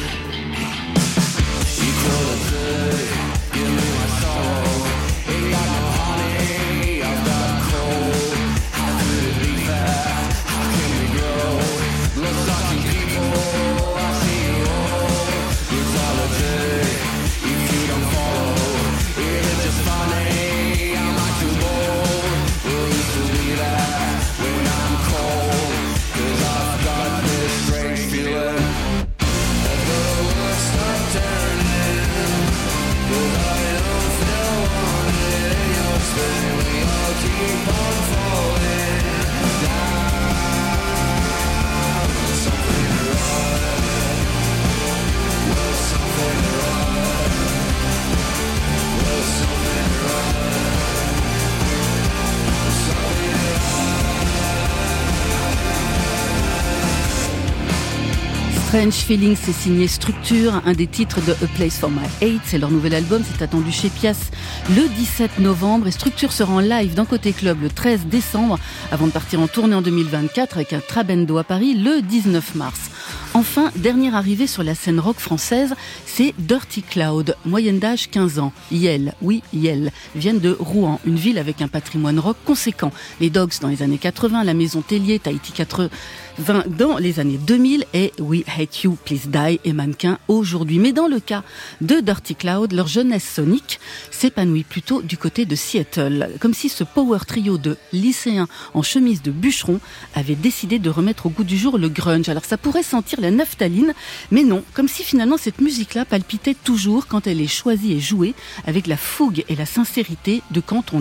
Strange Feelings, c'est signé Structure, un des titres de A Place for My Hate, c'est leur nouvel album, c'est attendu chez Pias le 17 novembre et Structure sera en live dans Côté Club le 13 décembre avant de partir en tournée en 2024 avec un Trabendo à Paris le 19 mars. Enfin, dernière arrivée sur la scène rock française, c'est Dirty Cloud, moyenne d'âge 15 ans. Yel, oui, Yel, viennent de Rouen, une ville avec un patrimoine rock conséquent. Les Dogs dans les années 80, la Maison Tellier, Tahiti 80 dans les années 2000 et We Hate You, Please Die et Mannequin aujourd'hui. Mais dans le cas de Dirty Cloud, leur jeunesse sonique s'épanouit plutôt du côté de Seattle. Comme si ce power trio de lycéens en chemise de bûcheron avait décidé de remettre au goût du jour le grunge. Alors ça pourrait sentir la naphtaline, mais non, comme si finalement cette musique-là palpitait toujours quand elle est choisie et jouée avec la fougue et la sincérité de quand on a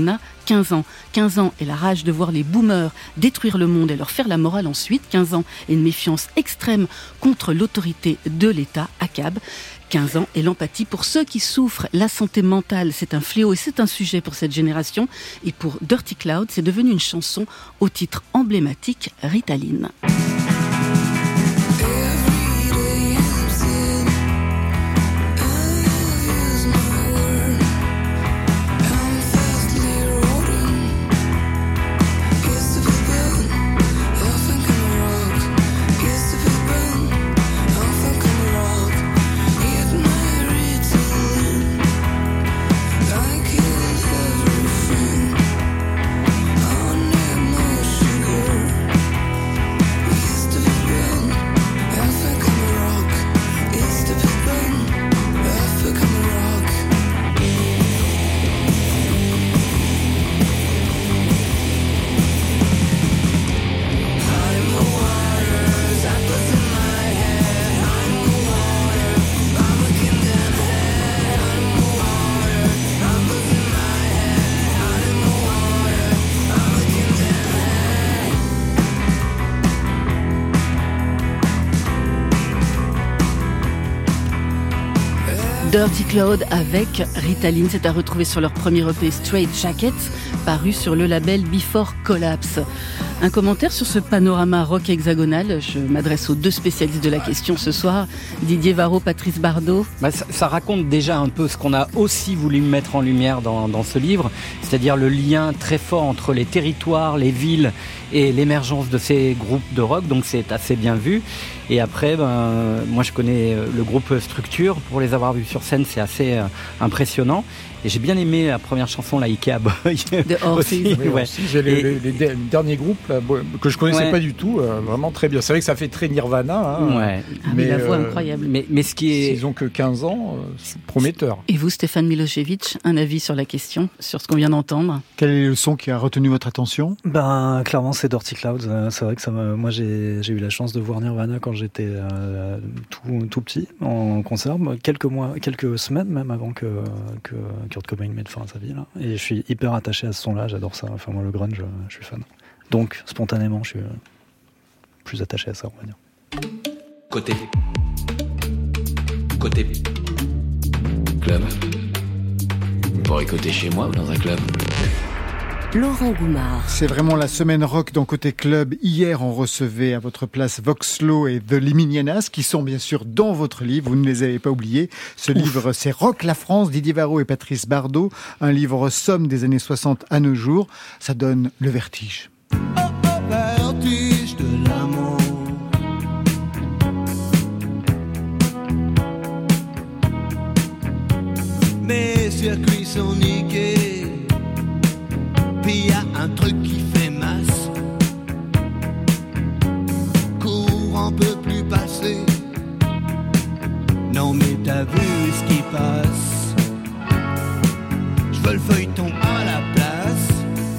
15 ans. 15 ans et la rage de voir les boomers détruire le monde et leur faire la morale ensuite. 15 ans et une méfiance extrême contre l'autorité de l'État, ACAB. 15 ans et l'empathie pour ceux qui souffrent. La santé mentale, c'est un fléau et c'est un sujet pour cette génération. Et pour Dirty Cloud, c'est devenu une chanson au titre emblématique, Ritaline. Dirty Cloud avec Ritaline, c'est à retrouver sur leur premier EP Straight Jackets, paru sur le label Before Collapse. Un commentaire sur ce panorama rock hexagonal. Je m'adresse aux deux spécialistes de la question ce soir, Didier Varro, Patrice Bardot. Ça raconte déjà un peu ce qu'on a aussi voulu mettre en lumière dans ce livre, c'est-à-dire le lien très fort entre les territoires, les villes et l'émergence de ces groupes de rock, donc c'est assez bien vu. Et après, moi je connais le groupe Structure, pour les avoir vus sur scène, c'est assez impressionnant. Et j'ai bien aimé la première chanson, la Ikea Boy. Aussi, j'ai les derniers groupes là, que je connaissais pas du tout, vraiment très bien. C'est vrai que ça fait très Nirvana. Mais la voix incroyable. Mais ce qui est... Ils ont que 15 ans, prometteur. Et vous, Stéphane Milošević, un avis sur la question, sur ce qu'on vient d'entendre? Quel est le son qui a retenu votre attention? Clairement, c'est Dirty Cloud. C'est vrai que moi, j'ai eu la chance de voir Nirvana quand j'étais tout petit en concert, quelques semaines même avant que Kurt Cobain mette fin à sa vie là. Et je suis hyper attaché à ce son-là, j'adore ça. Enfin moi le grunge, je suis fan. Donc spontanément, je suis plus attaché à ça, on va dire. Côté club. Vous pourrez côté chez moi ou dans un club. Laurent Goumard. C'est vraiment la semaine rock dans Côté Club. Hier, on recevait à votre place Voxlo et The Liminianas, qui sont bien sûr dans votre livre. Vous ne les avez pas oubliés. Ce livre, c'est Rock la France, Didier Varro et Patrice Bardot. Un livre somme des années 60 à nos jours. Ça donne le vertige. Vertige de l'amour. Mes circuits sont niqués. Puis y a un truc qui fait masse. Courant peut plus passer. Non mais t'as vu ce qui passe. Je veux le feuilleton à la place.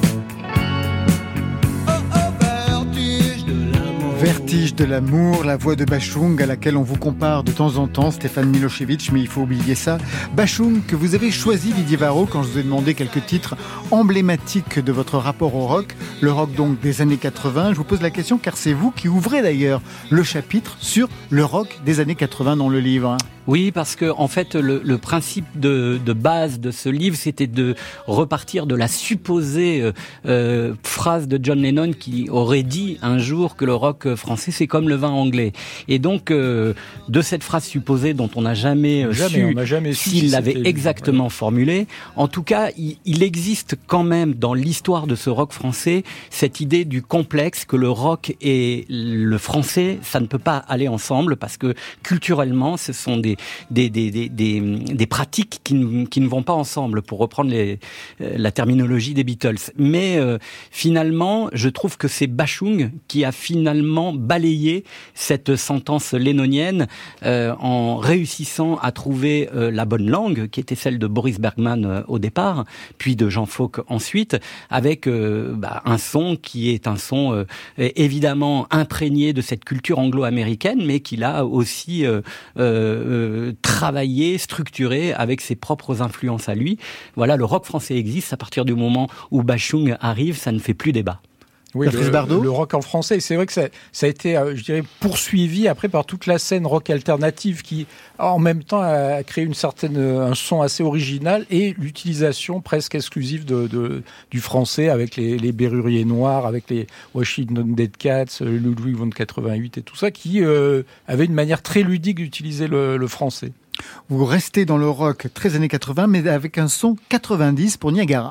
Vertige de l'amour. Vertige de l'amour, la voix de Bashung à laquelle on vous compare de temps en temps, Stéphane Milošević, mais il faut oublier ça. Bashung, que vous avez choisi, Didier Varro, quand je vous ai demandé quelques titres emblématiques de votre rapport au rock, le rock donc des années 80. Je vous pose la question car c'est vous qui ouvrez d'ailleurs le chapitre sur le rock des années 80 dans le livre. Oui, parce que en fait, le principe de base de ce livre, c'était de repartir de la supposée phrase de John Lennon qui aurait dit un jour que le rock français, c'est comme le vin anglais. Et donc, de cette phrase supposée dont on n'a jamais su s'il l'avait exactement formulée, en tout cas, il existe quand même dans l'histoire de ce rock français cette idée du complexe que le rock et le français, ça ne peut pas aller ensemble parce que culturellement, ce sont des pratiques qui ne vont pas ensemble, pour reprendre la terminologie des Beatles. Mais finalement, je trouve que c'est Bashung qui a finalement balayé cette sentence lénonienne en réussissant à trouver la bonne langue, qui était celle de Boris Bergman au départ, puis de Jean Fauque ensuite, avec un son qui est un son évidemment imprégné de cette culture anglo-américaine, mais qui l'a aussi travaillé, structuré avec ses propres influences à lui. Voilà, le rock français existe à partir du moment où Bashung arrive, ça ne fait plus débat. Oui, le rock en français, c'est vrai que ça a été, je dirais, poursuivi après par toute la scène rock alternative qui, en même temps, a créé un son assez original et l'utilisation presque exclusive du français avec les Béruriers Noirs, avec les Washington Dead Cats, Ludwig von 88 et tout ça, qui avait une manière très ludique d'utiliser le français. Vous restez dans le rock très années 80, mais avec un son 90 pour Niagara.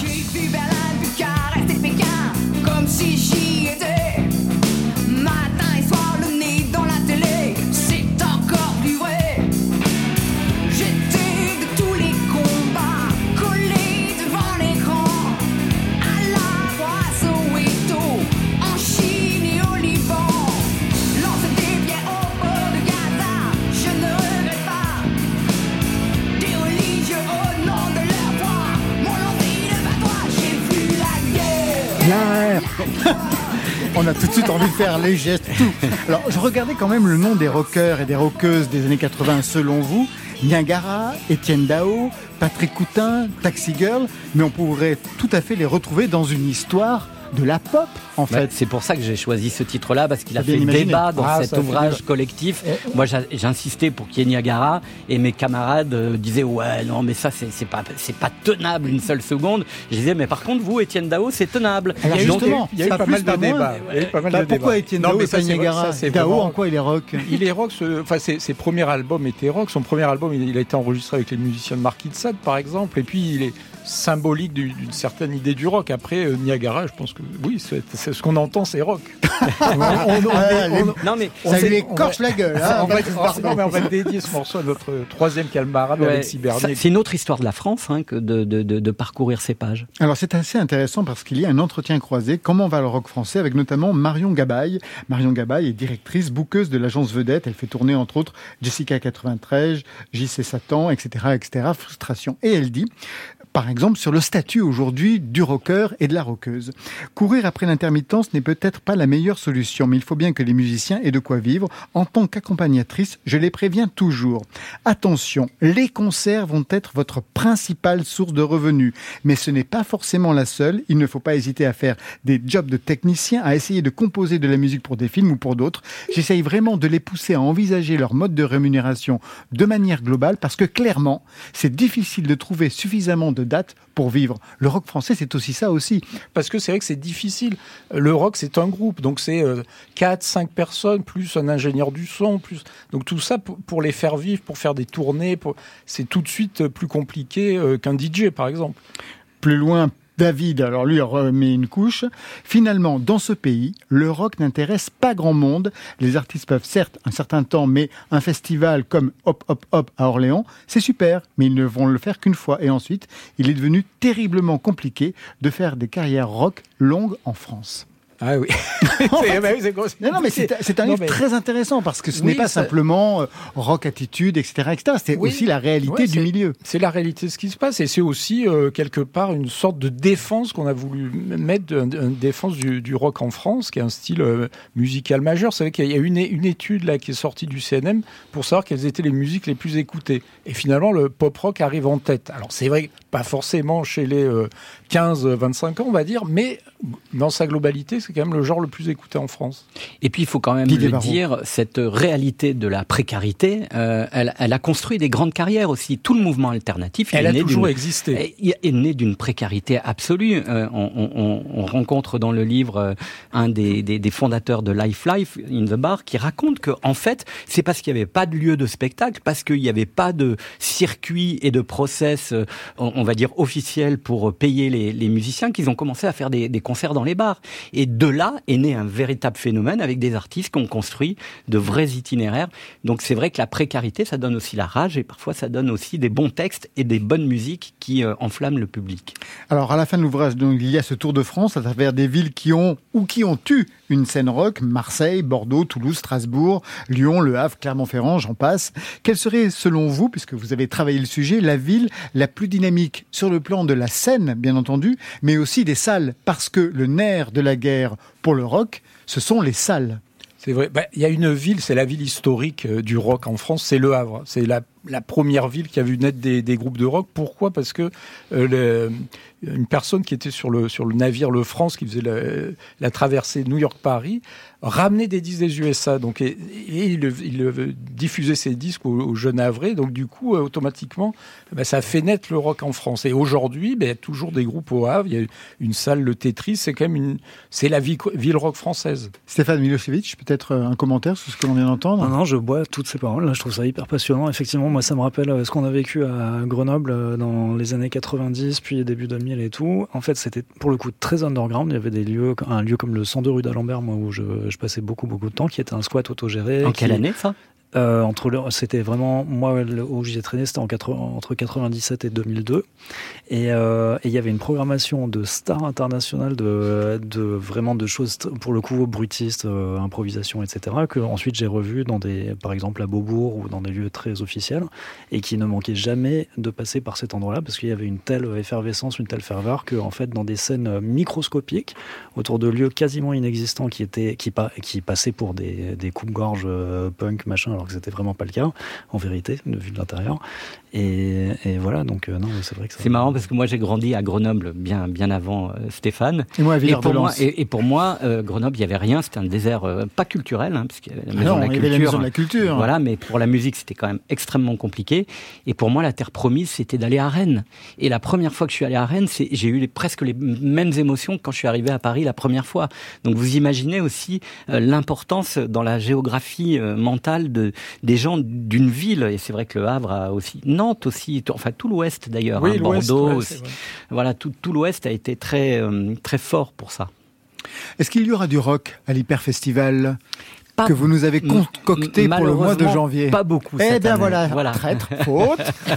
Comme si j'y étais, matin et soir le nez dans la télé, c'est encore du vrai. J'étais de tous les combats, collé devant l'écran, à la fois Soweto, en Chine et au Liban. Lancer des pierres au bord de Gaza, je ne regrette pas. Des religieux au nom de leur foi, m'ont lancé le patois, j'ai vu la guerre. On a tout de suite envie de faire les gestes, tout. Alors, je regardais quand même le nom des rockers et des rockeuses des années 80 selon vous. Niagara, Étienne Dao, Patrick Coutin, Taxi Girl, mais on pourrait tout à fait les retrouver dans une histoire de la pop, en fait. C'est pour ça que j'ai choisi ce titre-là, parce qu'il a fait imaginé. débat dans cet ouvrage collectif. Moi, j'insistais pour qu'il y ait Niagara, et mes camarades disaient, ouais, non, mais ça, c'est pas tenable une seule seconde. Je disais, mais par contre, vous, Étienne Dao, c'est tenable. Alors justement, il y a eu pas mal de débats. Pourquoi Étienne Dao et pas Niagara ? Dao, en quoi il est rock ? Il est rock, ses premiers albums étaient rock. Son premier album, il a été enregistré avec les musiciens de Marquis de Sade, par exemple, et puis il est symbolique d'une certaine idée du rock. Après, Niagara, je pense que oui, c'est ce qu'on entend, c'est rock. Non mais ça lui écorche la gueule. Hein, on va dédier ce morceau à notre troisième camarade, Alexis Bernier. C'est une autre histoire de la France que de parcourir ces pages. Alors c'est assez intéressant parce qu'il y a un entretien croisé, Comment va le rock français, avec notamment Marion Gabaye. Marion Gabaye est directrice, bookeuse de l'agence Vedette. Elle fait tourner entre autres Jessica 93, JC Satan, etc., etc. Frustration. Et elle dit, par exemple, sur le statut aujourd'hui du rocker et de la rockeuse. Courir après l'intermittence n'est peut-être pas la meilleure solution, mais il faut bien que les musiciens aient de quoi vivre. En tant qu'accompagnatrice, je les préviens toujours. Attention, les concerts vont être votre principale source de revenus, mais ce n'est pas forcément la seule. Il ne faut pas hésiter à faire des jobs de technicien, à essayer de composer de la musique pour des films ou pour d'autres. J'essaye vraiment de les pousser à envisager leur mode de rémunération de manière globale, parce que clairement, c'est difficile de trouver suffisamment de dates pour vivre. Le rock français, c'est aussi ça aussi. Parce que c'est vrai que c'est difficile. Le rock, c'est un groupe, donc c'est 4-5 personnes, plus un ingénieur du son, plus... Donc tout ça, pour les faire vivre, pour faire des tournées, c'est tout de suite plus compliqué qu'un DJ, par exemple. Plus loin, David, alors lui remet une couche. Finalement, dans ce pays, le rock n'intéresse pas grand monde. Les artistes peuvent certes un certain temps, mais un festival comme Hop Hop Hop à Orléans, c'est super, mais ils ne vont le faire qu'une fois. Et ensuite, il est devenu terriblement compliqué de faire des carrières rock longues en France. Ah oui. Non, mais c'est un livre très intéressant parce que ce n'est pas simplement rock attitude, etc. C'est aussi la réalité du milieu. C'est la réalité de ce qui se passe et c'est aussi quelque part une sorte de défense qu'on a voulu mettre, une défense du rock en France, qui est un style musical majeur. Vous savez qu'il y a une étude là qui est sortie du CNM pour savoir quelles étaient les musiques les plus écoutées. Et finalement, le pop rock arrive en tête. Alors c'est vrai, pas forcément chez les 15-25 ans, on va dire, mais dans sa globalité, c'est quand même le genre le plus écouté en France. Et puis, il faut quand même le dire, cette réalité de la précarité, elle a construit des grandes carrières aussi. Tout le mouvement alternatif a toujours existé. Est né d'une précarité absolue. On rencontre dans le livre un des fondateurs de Life in the Bar qui raconte que, en fait, c'est parce qu'il n'y avait pas de lieu de spectacle, parce qu'il n'y avait pas de circuit et de process, on va dire, officiel pour payer les musiciens, qu'ils ont commencé à faire des concerts dans les bars. Et de là est né un véritable phénomène avec des artistes qui ont construit de vrais itinéraires. Donc c'est vrai que la précarité, ça donne aussi la rage et parfois ça donne aussi des bons textes et des bonnes musiques qui enflamment le public. Alors à la fin de l'ouvrage, donc, il y a ce tour de France à travers des villes qui ont eu une scène rock, Marseille, Bordeaux, Toulouse, Strasbourg, Lyon, Le Havre, Clermont-Ferrand, j'en passe. Quelle serait, selon vous, puisque vous avez travaillé le sujet, la ville la plus dynamique sur le plan de la scène, bien entendu, mais aussi des salles, parce que le nerf de la guerre pour le rock, ce sont les salles. C'est vrai. Il y a une ville, c'est la ville historique du rock en France, c'est Le Havre. C'est la première ville qui a vu naître des groupes de rock. Pourquoi ? Parce que une personne qui était sur le navire Le France, qui faisait la traversée New York-Paris, ramenait des disques des USA. Donc, et il diffusait ses disques aux jeunes Havrais. Donc du coup, automatiquement, ça a fait naître le rock en France. Et aujourd'hui, il y a toujours des groupes au Havre. Il y a une salle, le Tetris, c'est quand même c'est la ville rock française. Stéphane Milosevic, peut-être un commentaire sur ce que l'on vient d'entendre ? Non, je bois toutes ces paroles. Là, je trouve ça hyper passionnant. Effectivement, moi, ça me rappelle ce qu'on a vécu à Grenoble dans les années 90, puis début 2000 et tout. En fait, c'était pour le coup très underground. Il y avait un lieu comme le 102 rue d'Alembert, moi, où je passais beaucoup de temps, qui était un squat autogéré. En quelle année, ça ? C'était vraiment, moi, où j'y ai traîné, c'était entre 97 et 2002. Et il y avait une programmation de stars internationales, vraiment de choses, pour le coup, bruitistes, improvisation, etc., que ensuite j'ai revu par exemple à Beaubourg ou dans des lieux très officiels, et qui ne manquaient jamais de passer par cet endroit-là, parce qu'il y avait une telle effervescence, une telle ferveur, que, en fait, dans des scènes microscopiques, autour de lieux quasiment inexistants qui passaient pour des coupes-gorges punk, machin, alors que c'était vraiment pas le cas, en vérité, vu de l'intérieur. Et voilà, donc non, c'est vrai que c'est marrant parce que moi j'ai grandi à Grenoble bien avant Stéphane. Et moi à Villard-de-Lans. Et pour moi, Grenoble, il y avait rien, c'était un désert pas culturel, parce qu'il y avait la maison de la culture. Voilà, mais pour la musique, c'était quand même extrêmement compliqué. Et pour moi, la terre promise, c'était d'aller à Rennes. Et la première fois que je suis allé à Rennes, j'ai eu presque les mêmes émotions que quand je suis arrivé à Paris la première fois. Donc vous imaginez aussi l'importance dans la géographie mentale des gens d'une ville. Et c'est vrai que Le Havre a aussi, Nantes aussi, enfin tout l'Ouest d'ailleurs, oui, Bordeaux aussi. Voilà, tout l'Ouest a été très très fort pour ça. Est-ce qu'il y aura du rock à l'Hyper-Festival que vous nous avez concocté pour le mois de janvier? Pas beaucoup. Eh bien voilà, traître, faute.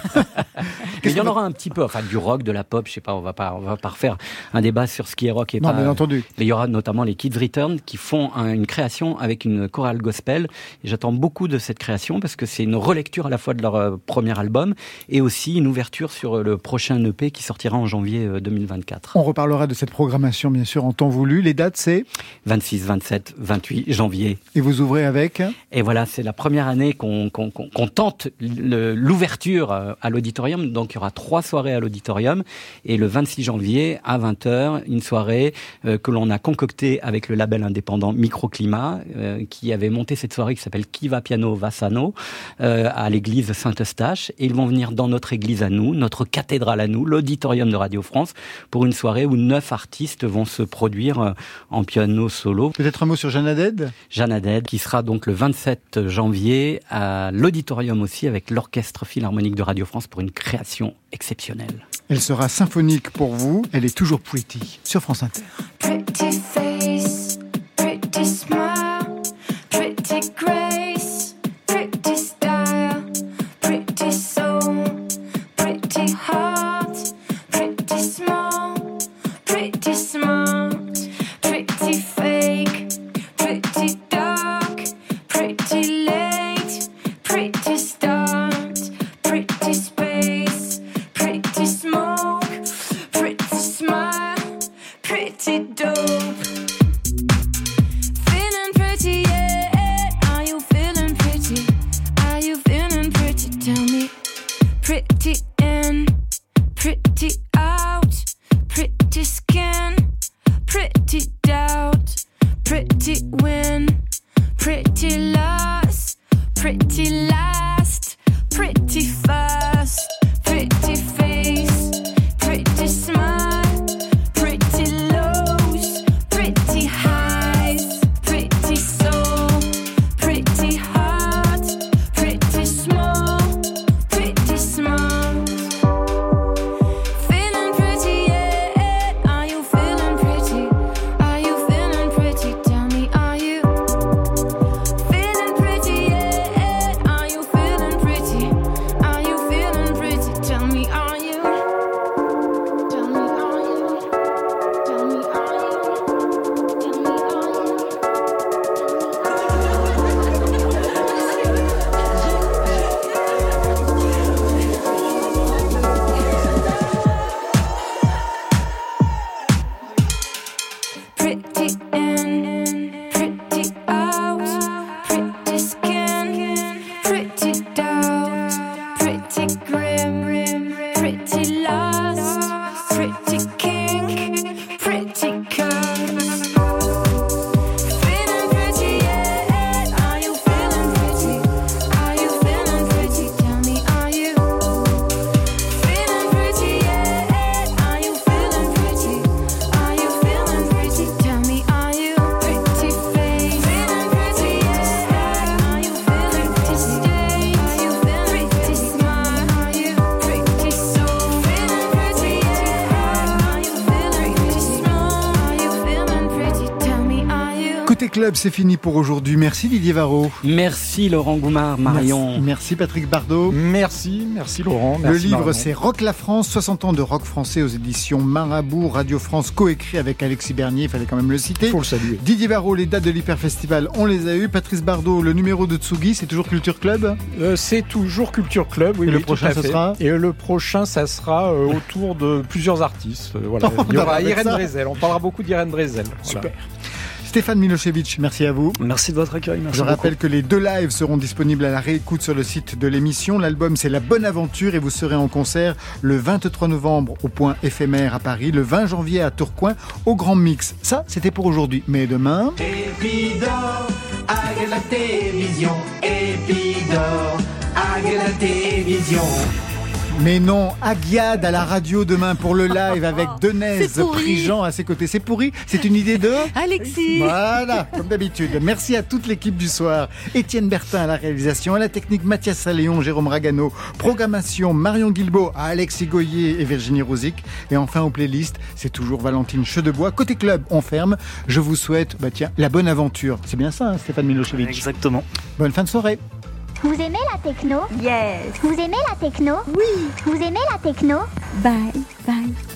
Mais il y en aura un petit peu, enfin du rock, de la pop, je sais pas, on va pas refaire un débat sur ce qui est rock et non, pas. Bien entendu. Mais il y aura notamment les Kids Return qui font une création avec une chorale gospel. Et j'attends beaucoup de cette création parce que c'est une relecture à la fois de leur premier album et aussi une ouverture sur le prochain EP qui sortira en janvier 2024. On reparlera de cette programmation bien sûr en temps voulu. Les dates c'est 26, 27, 28 janvier. Et vous ouvrez avec? Et voilà, c'est la première année qu'on tente l'ouverture à l'auditorium. Donc il y aura 3 soirées à l'auditorium. Et le 26 janvier à 20h, une soirée que l'on a concoctée avec le label indépendant Microclimat, qui avait monté cette soirée qui s'appelle Qui va piano va sano, à l'église Saint-Eustache. Et ils vont venir dans notre église à nous, notre cathédrale à nous, l'auditorium de Radio France, pour une soirée où 9 artistes vont se produire en piano solo. Peut-être un mot sur Jeanne Haddad ? Jeanne Haddad, qui sera donc le 27 janvier à l'auditorium aussi avec l'Orchestre Philharmonique de Radio France pour une création exceptionnelle. Elle sera symphonique pour vous, elle est toujours pretty sur France Inter. Pretty face, pretty smile, pretty grace, pretty style, pretty soul, pretty heart, pretty small, pretty smart, pretty fake, pretty dark, pretty late, pretty start, pretty space, pretty smoke, pretty smile, pretty dope. Feeling pretty, yeah. Are you feeling pretty? Are you feeling pretty? Tell me. Pretty in, pretty out, pretty skin, pretty doubt, pretty win, pretty loss. Côté club, c'est fini pour aujourd'hui. Merci Didier Varro. Merci Laurent Goumard, Marion. Merci Patrick Bardot. Merci Laurent. Merci Le livre, Marion. c'est Rock la France, 60 ans de rock français aux éditions Marabout, Radio France, coécrit avec Alexis Bernier, il fallait quand même le citer. Il faut le saluer. Didier Varro, les dates de l'Hyperfestival, on les a eues. Patrice Bardot, le numéro de Tsugi, c'est toujours Culture Club. C'est toujours Culture Club, oui. Et le oui, prochain, tout à ce fait. sera Et le prochain, ça sera autour de plusieurs artistes. Voilà. On Il y aura avec Irène ça. Dresel. On parlera beaucoup d'Irène Dresel. Voilà. Super. Stéphane Milosevic, merci à vous. Merci de votre accueil. Merci Je beaucoup. rappelle que les 2 lives seront disponibles à la réécoute sur le site de l'émission. L'album, c'est La Bonne Aventure et vous serez en concert le 23 novembre au Point Éphémère à Paris, le 20 janvier à Tourcoing au Grand Mix. Ça, c'était pour aujourd'hui. Mais demain... Épidore, avec la télévision. Épidore, avec la télévision. Mais non, Agiad à la radio demain pour le live avec Denez C'est pourri. Prigent à ses côtés. C'est pourri, c'est une idée de... Alexis. Voilà, comme d'habitude. Merci à toute l'équipe du soir. Étienne Bertin à la réalisation, à la technique Mathias Saléon, Jérôme Ragano, programmation Marion Guilbault, à Alexis Goyer et Virginie Rosic. Et enfin aux playlists, c'est toujours Valentine Chedebois. Côté club, on ferme. Je vous souhaite, la bonne aventure. C'est bien ça, hein, Stéphane Milosevic. Exactement. Bonne fin de soirée. Vous aimez la techno? Yes. Vous aimez la techno? Oui. Vous aimez la techno? Bye, bye.